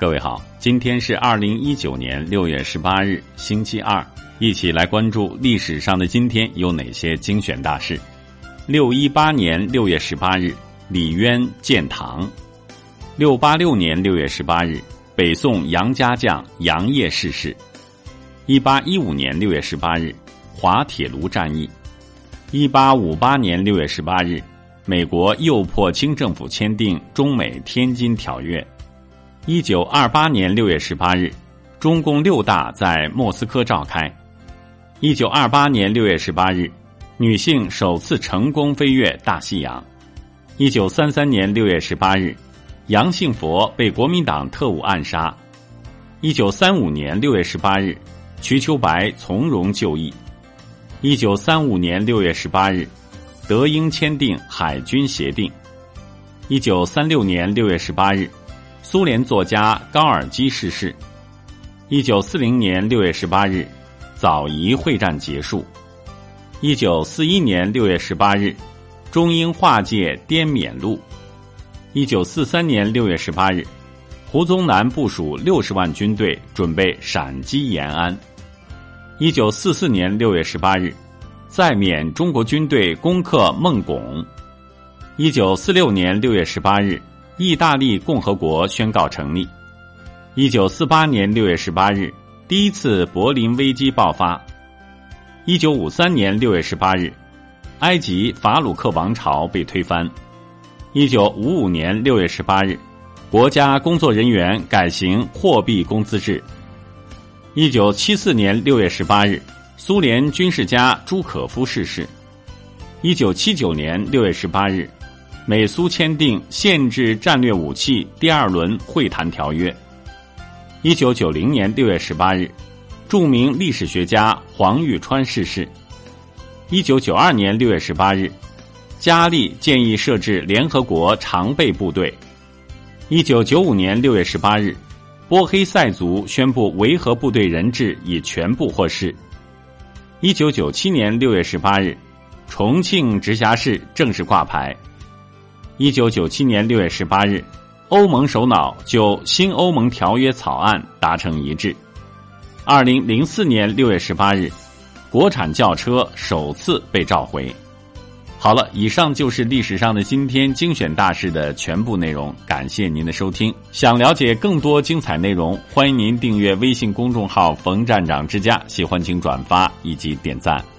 各位好，今天是2019年6月18日，星期二，一起来关注历史上的今天有哪些精选大事。618年6月18日，李渊建唐。686年6月18日，北宋杨家将杨业逝世。1815年6月18日，滑铁卢战役。1858年6月18日，美国又迫清政府签订中美天津条约。1928年6月18日，中共六大在莫斯科召开。1928年6月18日，女性首次成功飞越大西洋。1933年6月18日，杨杏佛被国民党特务暗杀。1935年6月18日，瞿秋白从容就义。1935年6月18日，德英签订海军协定。1936年6月18日，苏联作家高尔基逝世。1940年6月18日，枣宜会战结束。1941年6月18日，中英划界滇缅路。1943年6月18日，胡宗南部署60万军队准备闪击延安。1944年6月18日，在缅中国军队攻克孟拱。1946年6月18日，意大利共和国宣告成立。1948年6月18日，第一次柏林危机爆发。1953年6月18日，埃及法鲁克王朝被推翻。1955年6月18日，国家工作人员改行货币工资制。1974年6月18日，苏联军事家朱可夫逝世。1979年6月18日，美苏签订限制战略武器第二轮会谈条约。1990年6月18日，著名历史学家黄玉川逝世。1992年6月18日，加利建议设置联合国常备部队。1995年6月18日，波黑塞族宣布维和部队人质已全部获释。1997年6月18日，重庆直辖市正式挂牌。1997年6月18日，欧盟首脑就新欧盟条约草案达成一致。2004年6月18日，国产轿车首次被召回。好了，以上就是历史上的今天精选大事的全部内容，感谢您的收听。想了解更多精彩内容，欢迎您订阅微信公众号冯站长之家，喜欢请转发以及点赞。